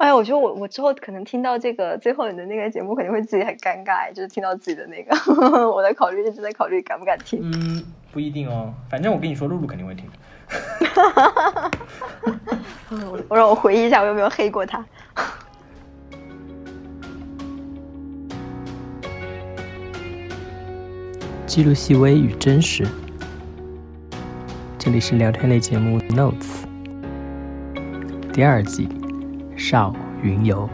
哎，我觉得我之后可能听到这个最后你的那个节目，肯定会自己很尴尬，就是听到自己的那个，我在考虑，一直在考虑敢不敢听。 不一定哦，反正我跟你说，露露肯定会听的。 我让我回忆一下，我有没有黑过他。 记录细微与真实，这里是聊天类节目 Notes 第2季少云游。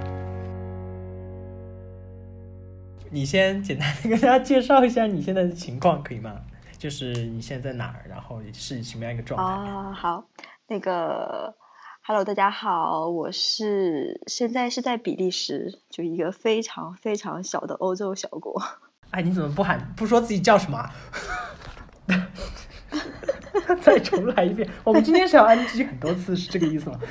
你先简单的跟大家介绍一下你现在的情况可以吗？就是你现在在哪儿，然后是什么样一个状态？ 好，那个 Hello 大家好，我现在是在比利时，就一个非常非常小的欧洲小国。 哎，你怎么不说自己叫什么？再重来一遍。我们今天是要 NG 很多次，是这个意思吗？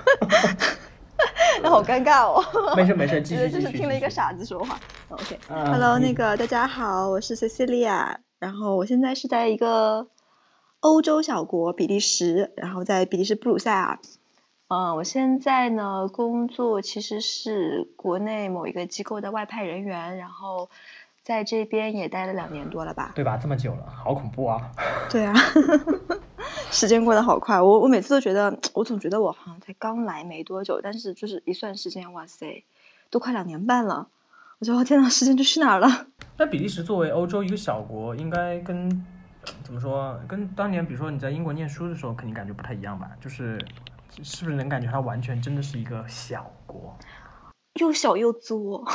那好尴尬哦。 没事，继续。 就是听了一个傻子说话。Hello， 那个大家好，我是 Cecilia， 然后我现在是在一个欧洲小国比利时，然后在比利时布鲁塞尔。我现在呢工作其实是国内某一个机构的外派人员，然后在这边也待了2年多了吧？ 对吧？这么久了，好恐怖啊！ 对啊，时间过得好快。我每次都觉得，我总觉得我好像才刚来没多久，但是就是一算时间，哇塞，都快2年半了。我觉得天哪，时间就去哪儿了？ 那比利时作为欧洲一个小国，应该怎么说？跟当年比如说你在英国念书的时候，肯定感觉不太一样吧？是不是能感觉它完全真的是一个小国？ 又小又作。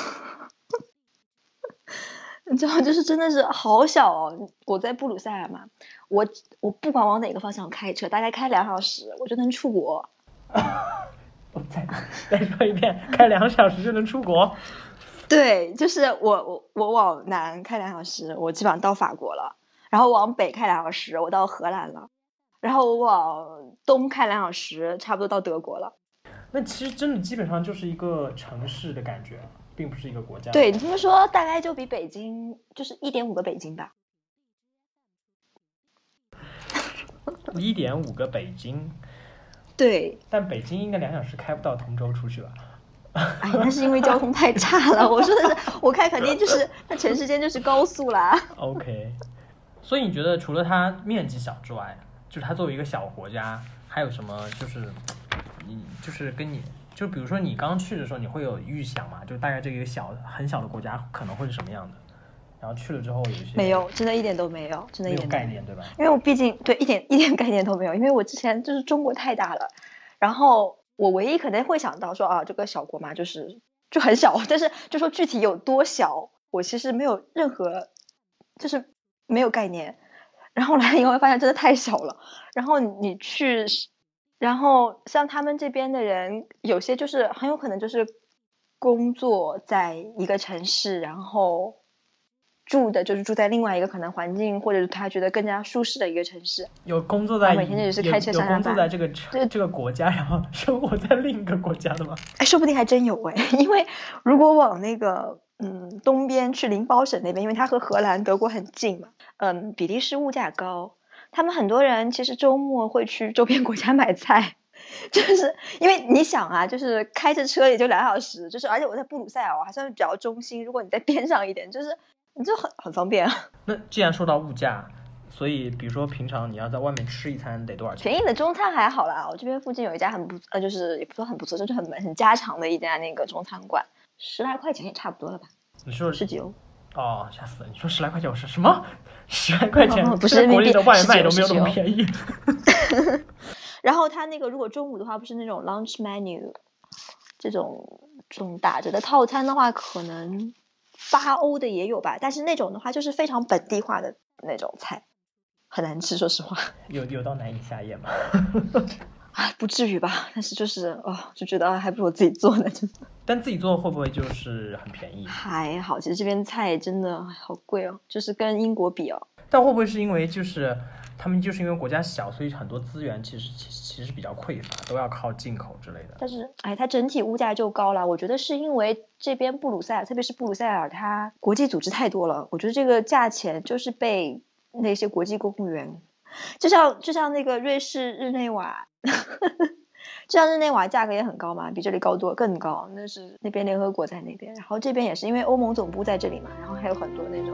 你知道，就是真的是好小哦。我在布鲁塞尔嘛，我不管往哪个方向开车，大概开2小时，我就能出国。 我再说一遍，开2小时就能出国？ 对，就是我往南开2小时，我基本上到法国了。然后往北开2小时，我到荷兰了。然后我往东开2小时，差不多到德国了。 那其实真的基本上就是一个城市的感觉，并不是一个国家。 对，你这么说，大概就比北京就是 1.5 个北京吧。 1.5个北京。 对， 但北京应该2小时开不到通州出去吧？ 哎，那是因为交通太差了。我说的是，我看肯定就是它全世界就是高速啦。 OK， 所以你觉得除了它面积小之外，就是它作为一个小国家，还有什么就是就比如说你刚去的时候，你会有预想吗？就大概这个很小的国家可能会是什么样的？然后去了之后有一些没有，真的一点都没有，真的一点没有概念，对吧？ 因为我毕竟对一点概念都没有，因为我之前就是中国太大了，然后我唯一可能会想到说啊，这个小国嘛，就很小，但是就说具体有多小，我其实没有任何就是没有概念。然后来以后发现真的太小了，然后你去，然后像他们这边的人，有些就是很有可能就是工作在一个城市，然后住在另外一个可能环境或者是他觉得更加舒适的一个城市， 有工作在每天就是开车上下班， 有工作在这个国家，然后生活在另一个国家的吗？ 哎，说不定还真有哎，因为如果往那个东边去林堡省那边，因为它和荷兰德国很近嘛，比利时物价高，他们很多人其实周末会去周边国家买菜。就是因为你想啊，就是开着车也就2小时，就是而且我在布鲁塞尔还算是比较中心，如果你在边上一点，就是你就很方便。 那既然说到物价，所以比如说平常你要在外面吃一餐得多少钱？ 便宜的中餐还好啦，我这边附近有一家就是也不说很不错，就是很家常的一家那个中餐馆，10来块钱也差不多了吧？ 你说 10几欧？ 哦，吓死了！你说10来块钱，我说什么？10来块钱？ 不是国内的外卖都没有那么便宜。 然后他那个如果中午的话，不是那种 lunch menu 这种打折的套餐的话，可能8欧的也有吧，但是那种的话就是非常本地化的那种菜，很难吃，说实话。 有到难以下咽吗？ 不至于吧，但是就是就觉得还不如我自己做呢。 但自己做会不会就是很便宜？ 还好，其实这边菜真的好贵哦，就是跟英国比哦。 但会不会是因为他们就是因为国家小，所以很多资源其实比较匮乏，都要靠进口之类的。 但是它整体物价就高了，我觉得是因为这边布鲁塞尔，特别是布鲁塞尔，它国际组织太多了，我觉得这个价钱就是被那些国际公务员，就像那个瑞士日内瓦就像日内瓦价格也很高嘛，比这里高多更高，那是那边联合国在那边，然后这边也是因为欧盟总部在这里嘛，然后还有很多那种。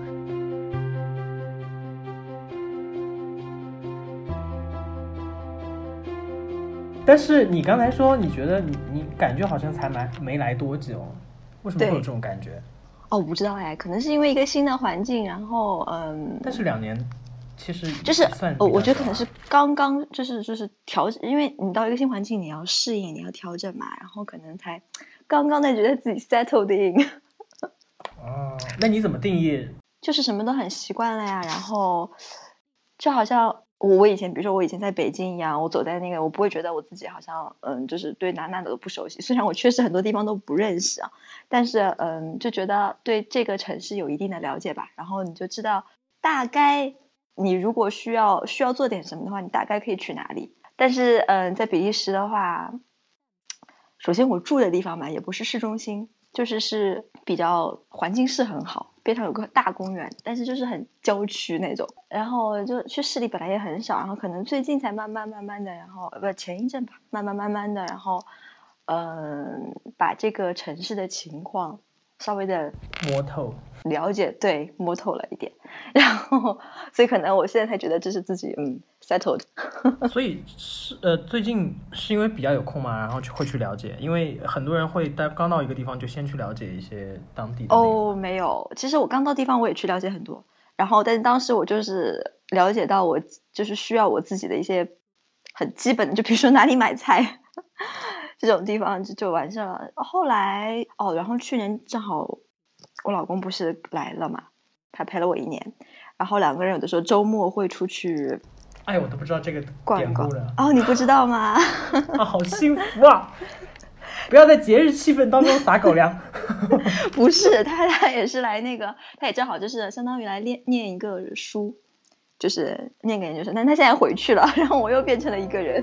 但是你刚才说你觉得你感觉好像才没来多久，为什么会有这种感觉？ 哦，我不知道哎，可能是因为一个新的环境，然后但是2年其实就是我觉得可能是刚刚就是调，因为你到一个新环境你要适应，你要调整嘛，然后可能才刚刚在觉得自己 settled in。 哦，那你怎么定义？ 就是什么都很习惯了呀，然后就好像我以前，比如说我以前在北京一样，我走在那个，我不会觉得我自己好像就是对哪的都不熟悉，虽然我确实很多地方都不认识啊，但是就觉得对这个城市有一定的了解吧，然后你就知道大概你如果需要做点什么的话，你大概可以去哪里。但是在比利时的话，首先我住的地方嘛也不是市中心，是比较环境是很好，边上有个大公园，但是就是很郊区那种，然后就去市里本来也很少，然后可能最近才慢慢的，然后前一阵吧，慢慢的，然后把这个城市的情况稍微的摸透了解，对，摸透了一点，然后所以可能我现在才觉得这是自己settled。 所以是最近是因为比较有空嘛，然后会去了解，因为很多人会刚到一个地方就先去了解一些当地的。 哦，没有，其实我刚到地方我也去了解很多，然后但是当时我就是了解到我就是需要我自己的一些很基本的，就比如说哪里买菜这种地方就完事了。后来然后去年正好我老公不是来了嘛，他陪了我1年，然后2个人有的时候周末会出去。 哎，我都不知道这个典故了。 哦，你不知道吗？ 啊，好幸福啊！不要在节日气氛当中撒狗粮。 不是，他也是来那个，他也正好就是相当于来念一个书，就是念个研究生，但他现在回去了，然后我又变成了一个人。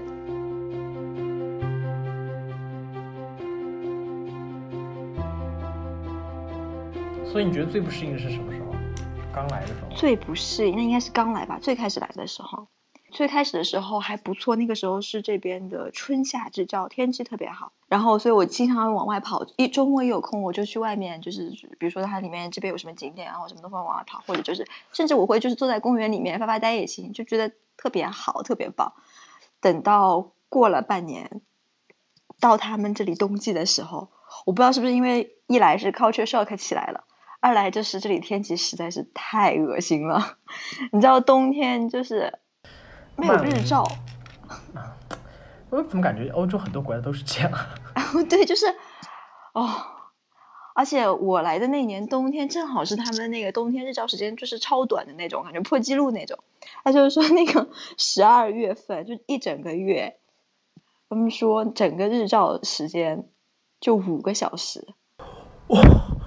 所以你觉得最不适应的是什么时候？刚来的时候？ 最不适应那应该是刚来吧，最开始来的时候。最开始的时候还不错，那个时候是这边的春夏之交，天气特别好，然后所以我经常往外跑，周末一有空我就去外面，就是比如说它里面这边有什么景点啊，或什么都会往外跑，或者就是甚至我会就是坐在公园里面发发呆也行，就觉得特别好，特别棒。等到过了半年，到他们这里冬季的时候，我不知道是不是因为一来是 culture shock 起来了，二来就是这里天气实在是太恶心了，你知道冬天就是没有日照。 我怎么感觉欧洲很多国家都是这样？ 对，就是而且我来的那年冬天正好是他们那个冬天日照时间就是超短的那种，感觉破纪录那种。他就是说那个12月份就一整个月，他们说整个日照时间就5个小时。 哇！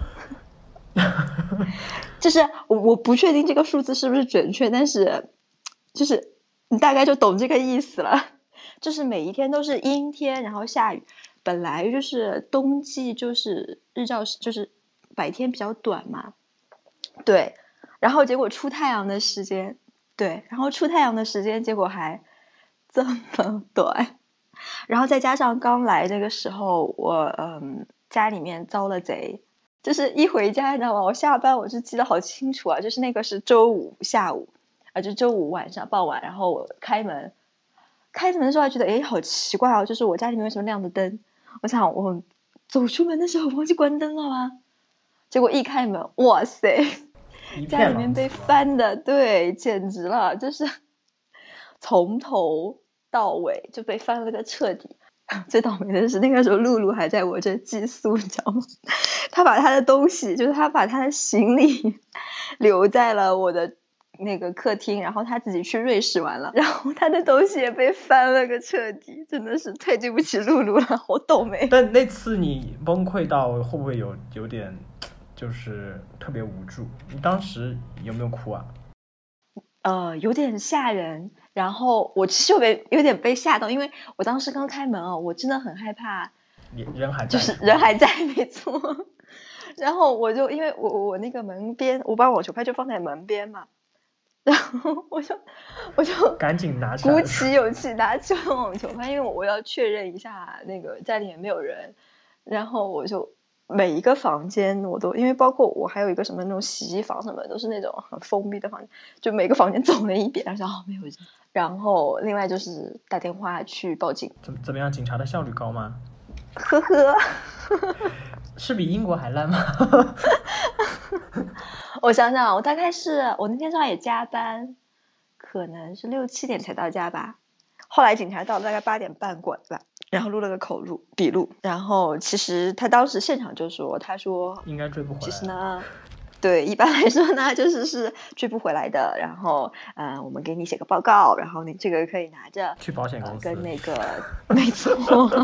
就是我不确定这个数字是不是准确，但是就是你大概就懂这个意思了。就是每一天都是阴天，然后下雨。本来就是冬季，就是日照就是白天比较短嘛，对。然后结果出太阳的时间，对，然后出太阳的时间结果还这么短。然后再加上刚来这个时候，我家里面遭了贼。就是一回家你知道吗，我下班我就记得好清楚啊，就是那个是周5下午就周5晚上傍晚，然后我开门的时候还觉得好奇怪哦，就是我家里面为什么亮着灯，我想我走出门的时候忘记关灯了吗？结果一开门，哇塞，家里面被翻的，对，简直了，就是从头到尾就被翻了个彻底。最倒霉的是那个时候露露还在我这寄宿，你知道吗？他把他的东西，就是他把他的行李留在了我的那个客厅，然后他自己去瑞士玩了，然后他的东西也被翻了个彻底，真的是太对不起露露了，好倒霉。 但那次你崩溃到会不会有点就是特别无助？你当时有没有哭啊？ 有点吓人，然后我其实有点被吓到，因为我当时刚开门我真的很害怕。 人还在， 就是人还在，没错。然后我就因为我那个门边，我把网球拍就放在门边嘛， 然后我就赶紧拿起来鼓起勇气拿起了网球拍，因为我要确认一下那个家里面没有人，然后我就每一个房间我都，因为包括我还有一个什么那种洗衣房什么都是那种很封闭的房间，就每个房间走了一遍，然后没有人，然后另外就是打电话去报警。 怎么样？警察的效率高吗？ 呵呵。 是比英国还烂吗？ 我想想，我大概是我那天上午也加班，可能是6、7点才到家吧。后来警察到了大概8点半过来吧，然后录了个笔录。然后其实他当时现场就说，他说应该追不回来。 其实呢，对，一般来说呢，是追不回来的。然后我们给你写个报告，然后你这个可以拿着去保险公司跟那个没错。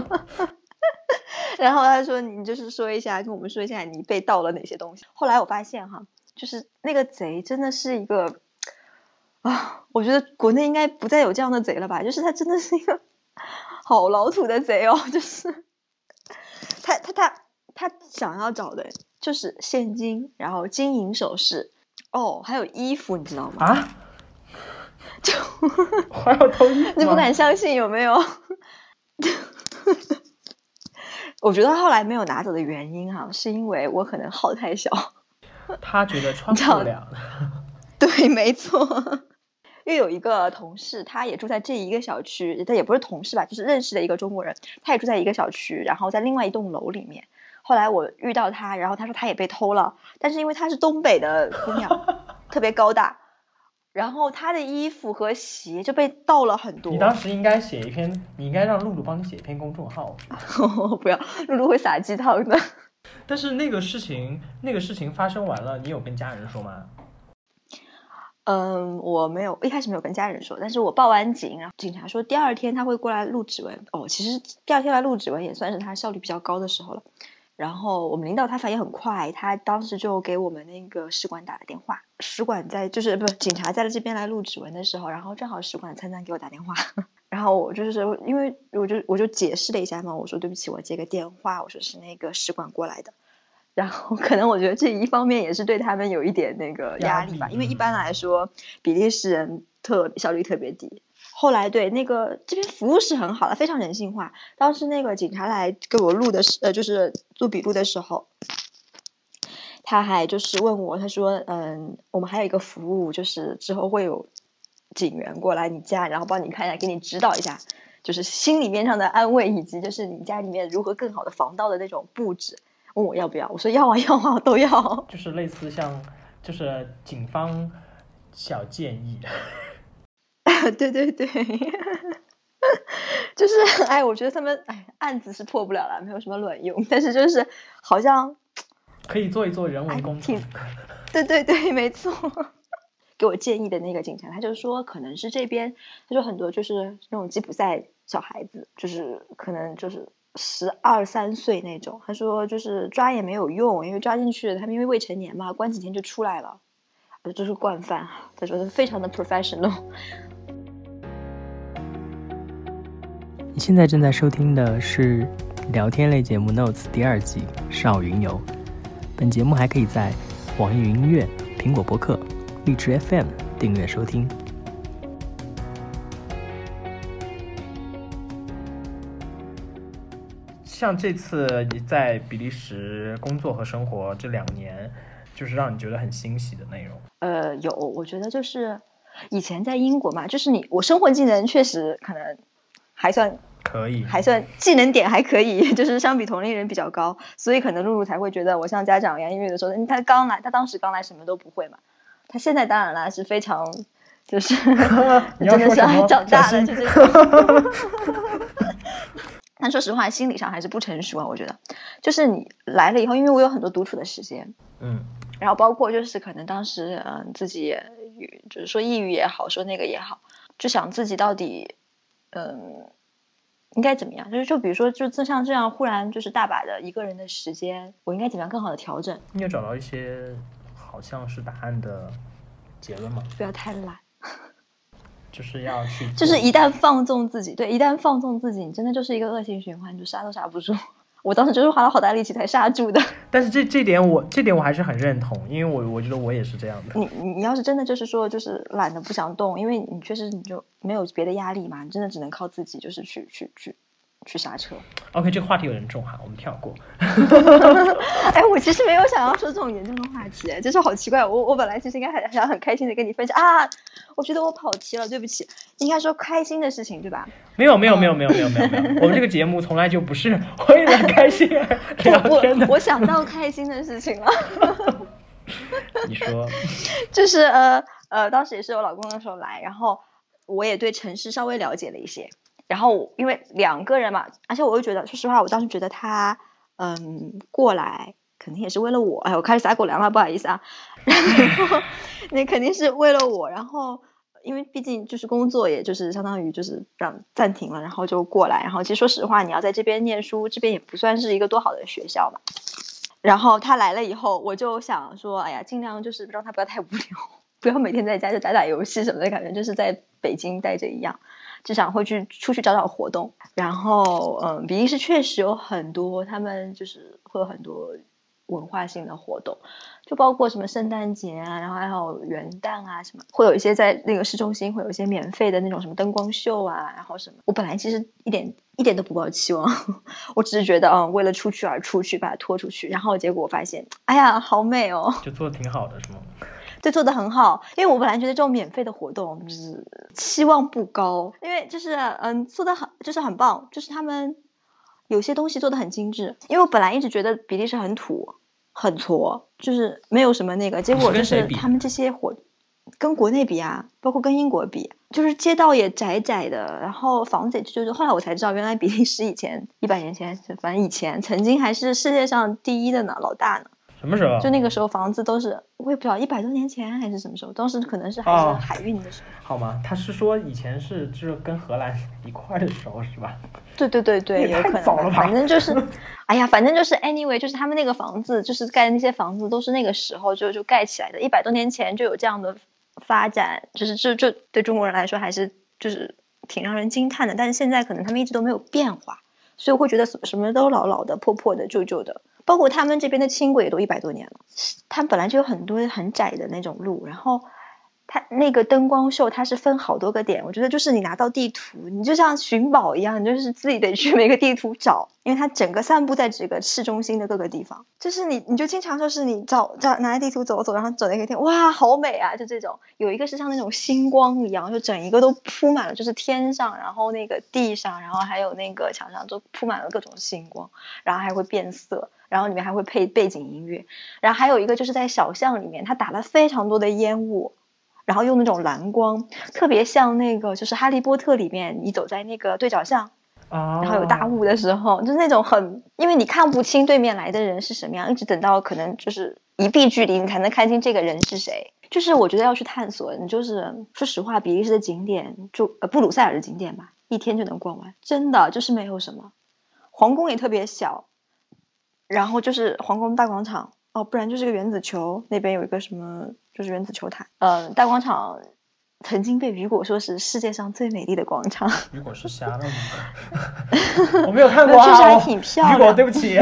然后他说你就是说一下，跟我们说一下你被盗了哪些东西。后来我发现哈，就是那个贼真的是一个我觉得国内应该不再有这样的贼了吧，就是他真的是一个好老土的贼哦，就是他想要找的就是现金，然后金银首饰，还有衣服，你知道吗？ 啊？就还要偷衣服吗？ 你不敢相信有没有？我觉得后来没有拿走的原因是因为我可能号太小， 他觉得穿不了。 对，没错。因为有一个同事，他也住在这一个小区，他也不是同事吧，就是认识的一个中国人，他也住在一个小区，然后在另外一栋楼里面。后来我遇到他，然后他说他也被偷了，但是因为他是东北的姑娘，特别高大，然后他的衣服和鞋就被盗了很多。 你当时应该写一篇，你应该让露露帮你写一篇公众号。 不要，露露会撒鸡汤的。 但是那个事情发生完了，你有跟家人说吗？ 我没有，一开始没有跟家人说，但是我报完警，然后警察说第二天他会过来录指纹。其实第二天来录指纹也算是他效率比较高的时候了。然后我们领导他反应很快，他当时就给我们那个使馆打了电话，使馆在警察在这边来录指纹的时候，然后正好使馆参赞给我打电话，然后我就是因为我就解释了一下嘛，我说对不起，我接个电话，我说是那个使馆过来的。然后可能我觉得这一方面也是对他们有一点那个压力吧，因为一般来说比利时人效率特别低。后来对那个这边服务是很好的，非常人性化。当时那个警察来给我录的就是做笔录的时候，他还就是问我，他说我们还有一个服务，就是之后会有警员过来你家，然后帮你看一下，给你指导一下，就是心里面上的安慰，以及就是你家里面如何更好的防盗的那种布置。问我要不要，我说要啊，都要。 就是类似像就是警方小建议。 对对对。就是我觉得他们案子是破不了了，没有什么卵用，但是就是好像可以做一做人文工程。 对对对，没错。给我建议的那个警察他就说可能是这边，他说很多就是那种吉普赛小孩子，就是可能就是12、13岁那种，他说就是抓也没有用，因为抓进去他们因为未成年嘛，关几天就出来了，这是惯犯。他说非常的 professional。 你现在正在收听的是聊天类节目 Notes 第2季少云游。本节目还可以在网易云音乐、苹果播客、荔枝 FM 订阅收听。像这次你在比利时工作和生活这2年，就是让你觉得很欣喜的内容？ 有，我觉得就是以前在英国嘛，就是我生活技能确实可能还算可以， 还算技能点还可以，就是相比同龄人比较高，所以可能露露才会觉得我像家长一样，因为有的时候他当时刚来什么都不会嘛，他现在当然啦是非常就是真的是长大了，就这种。但说实话心理上还是不成熟啊，我觉得就是你来了以后，因为我有很多独处的时间，然后包括就是可能当时自己就是说抑郁也好，说那个也好，就想自己到底应该怎么样，就比如说就像这样忽然就是大把的一个人的时间，我应该怎么样更好的调整。 你有找到一些好像是答案的结论吗？ 不要太懒， 就是要去， 就是一旦放纵自己，对，一旦放纵自己，你真的就是一个恶性循环，你就刹都刹不住。 我当时就是花了好大力气才刹住的。 但是这点我还是很认同，因为我觉得我也是这样的。 你要是真的就是说就是懒得不想动，因为你确实你就没有别的压力嘛，你真的只能靠自己就是去刹车。 OK， 这个话题有点重哈，我们跳过。 哎，我其实没有想要说这种严重的话题，真是好奇怪。我本来其实应该还想很开心的跟你分享啊，我觉得我跑题了，对不起，应该说开心的事情对吧？ 没有，我们这个节目从来就不是为了开心而聊天的。 我想到开心的事情了。 你说， 就是当时也是我老公的时候来，然后我也对城市稍微了解了一些。然后因为2个人嘛，而且我又觉得，说实话，我当时觉得他过来肯定也是为了我。哎，我开始撒狗粮了，不好意思啊。然后那肯定是为了我。然后因为毕竟就是工作，也就是相当于就是让暂停了，然后就过来。然后其实说实话，你要在这边念书，这边也不算是一个多好的学校嘛。然后他来了以后，我就想说，哎呀，尽量就是让他不要太无聊，不要每天在家就打打游戏什么的，感觉就是在北京待着一样。至少会出去找找活动。然后比利时确实有很多，他们就是会有很多文化性的活动，就包括什么圣诞节啊，然后还有元旦啊什么，会有一些在那个市中心会有一些免费的那种什么灯光秀啊，然后什么。我本来其实一点都不抱期望，我只是觉得为了出去而出去，把它拖出去。然后结果我发现，哎呀，好美哦， 就做的挺好的是吗？ 对，做得很好。因为我本来觉得这种免费的活动就是期望不高，因为就是做得很就是很棒，就是他们有些东西做得很精致。因为我本来一直觉得比利时很土很挫，就是没有什么那个，结果就是他们这些跟国内比啊，包括跟英国比，就是街道也窄窄的，然后房子也就是后来我才知道，原来比利时以前100年前，反正以前曾经还是世界上第一的呢，老大呢。 什么时候？ 就那个时候房子都是，我也不知道100多年前还是什么时候，当时可能是还是海运的时候。 好吗？他是说以前是就是跟荷兰一块的时候是吧？ 对，有可能。反正就是，哎呀，反正就是 anyway， 就是他们那个房子，就是盖的那些房子都是那个时候就盖起来的，100多年前就有这样的发展，就是这对中国人来说还是就是挺让人惊叹的。但是现在可能他们一直都没有变化，所以我会觉得什么都老老的、破破的、旧旧的。包括他们这边的轻轨也都100多年了，他们本来就有很多很窄的那种路，然后它那个灯光秀它是分好多个点，我觉得就是你拿到地图，你就像寻宝一样，你就是自己得去每个地图找，因为它整个散布在这个市中心的各个地方，就是你就经常就是你找拿着地图走，然后走那个天，哇，好美啊！就这种，有一个是像那种星光一样，就整一个都铺满了，就是天上，然后那个地上，然后还有那个墙上都铺满了各种星光，然后还会变色。然后里面还会配背景音乐，然后还有一个就是在小巷里面，它打了非常多的烟雾，然后用那种蓝光，特别像那个就是哈利波特里面你走在那个对角巷，然后有大雾的时候，就是那种因为你看不清对面来的人是什么样，一直等到可能就是1臂距离你才能看清这个人是谁。就是我觉得要去探索，你就是说实话，比利时的景点就布鲁塞尔的景点吧，一天就能逛完，真的就是没有什么，皇宫也特别小。然后就是皇宫大广场不然就是个原子球，那边有一个什么就是原子球台。大广场曾经被雨果说是世界上最美丽的广场。 雨果是瞎了吗？我没有看过啊。 确实还挺漂亮。 雨果对不起。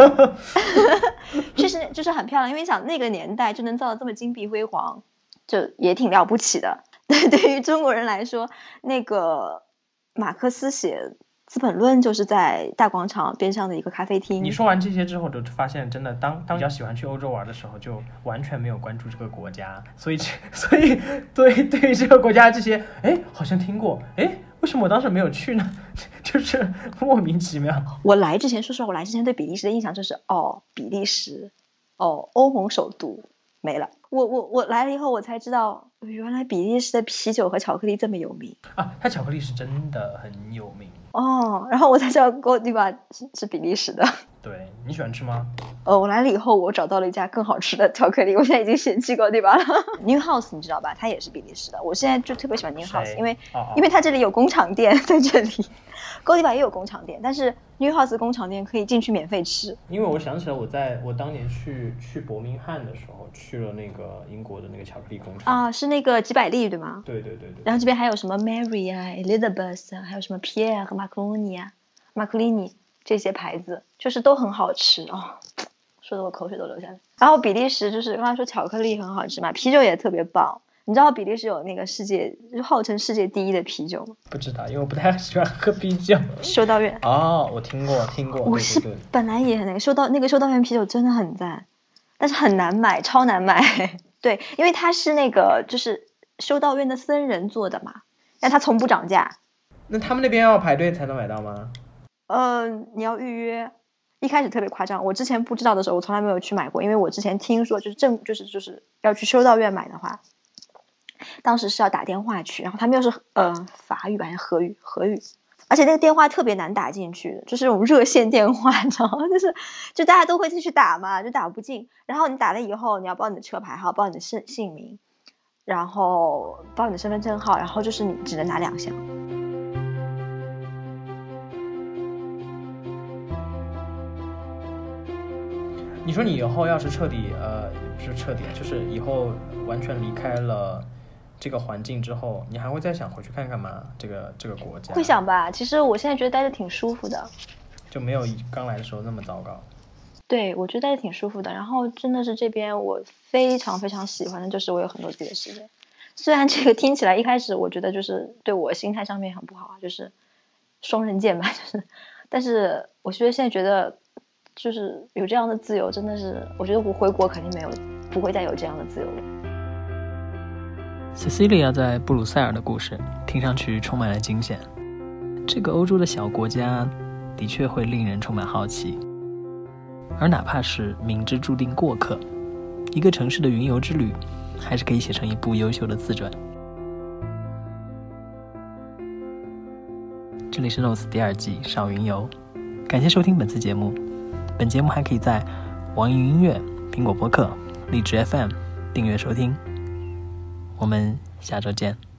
确实就是很漂亮，因为想那个年代就能造得这么金碧辉煌，就也挺了不起的。对于中国人来说，那个马克思写资本论就是在大广场边上的一个咖啡厅。 你说完这些之后，就发现真的当比较喜欢去欧洲玩的时候，就完全没有关注这个国家，所以对于这个国家这些，好像听过，为什么我当时没有去呢？就是莫名其妙。 我来之前，说实话，我来之前对比利时的印象就是比利时，欧盟首都没了。我来了以后，我才知道原来比利时的啤酒和巧克力这么有名啊！它巧克力是真的很有名。 然后我才知道哥迪巴是比利时的。 对，你喜欢吃吗？ 我来了以后，我找到了一家更好吃的巧克力，我现在已经嫌弃哥迪巴了。Newhouse 你知道吧？它也是比利时的。我现在就特别喜欢 Newhouse， 因为它这里有工厂店在这里。哥迪巴也有工厂店，但是 Newhouse 工厂店可以进去免费吃。 因为我想起来，我当年去伯明翰的时候，去了那个英国的那个巧克力工厂是那个几百利对吗？ 对。 然后这边还有什么 Mary 啊 Elizabeth 啊，还有什么 Pierre 和马克利尼。 这些牌子，就是都很好吃哦，说的我口水都流下来。然后比利时就是刚才说巧克力很好吃嘛，啤酒也特别棒。你知道比利时有那个号称世界第一的啤酒吗？ 不知道，因为我不太喜欢喝啤酒。 修道院哦，我听过。 我是本来也很那个修道院啤酒真的很赞，但是很难买，超难买。对，因为它是那个就是修道院的僧人做的嘛，但它从不涨价。 那他们那边要排队才能买到吗？ 你要预约。一开始特别夸张，我之前不知道的时候，我从来没有去买过，因为我之前听说就是要去修道院买的话。当时是要打电话去，然后他们又是法语吧，还是荷语，而且那个电话特别难打进去，就是这种热线电话，你知道吗？就大家都会继续打嘛，就打不进。然后你打了以后，你要报你的车牌号，报你的姓名，然后报你的身份证号，然后就是你只能拿2项。 你说你以后要是彻底不是彻底，就是以后完全离开了这个环境之后，你还会再想回去看看吗？这个国家会想吧。其实我现在觉得待着挺舒服的， 就没有刚来的时候那么糟糕。 对，我觉得待着挺舒服的。然后真的是这边我非常非常喜欢的就是我有很多自己的时间。虽然这个听起来一开始我觉得就是对我心态上面很不好，就是双刃剑吧，但是我现在觉得就是有这样的自由，真的是我觉得我回国肯定不会再有这样的自由了。 Cecilia 在布鲁塞尔的故事听上去充满了惊险。这个欧洲的小国家的确会令人充满好奇，而哪怕是明知注定过客，一个城市的云游之旅还是可以写成一部优秀的自传。这里是 Notes 第2季少云游，感谢收听本次节目。本节目还可以在网易云音乐、苹果播客、荔枝 FM 订阅收听。我们下周见。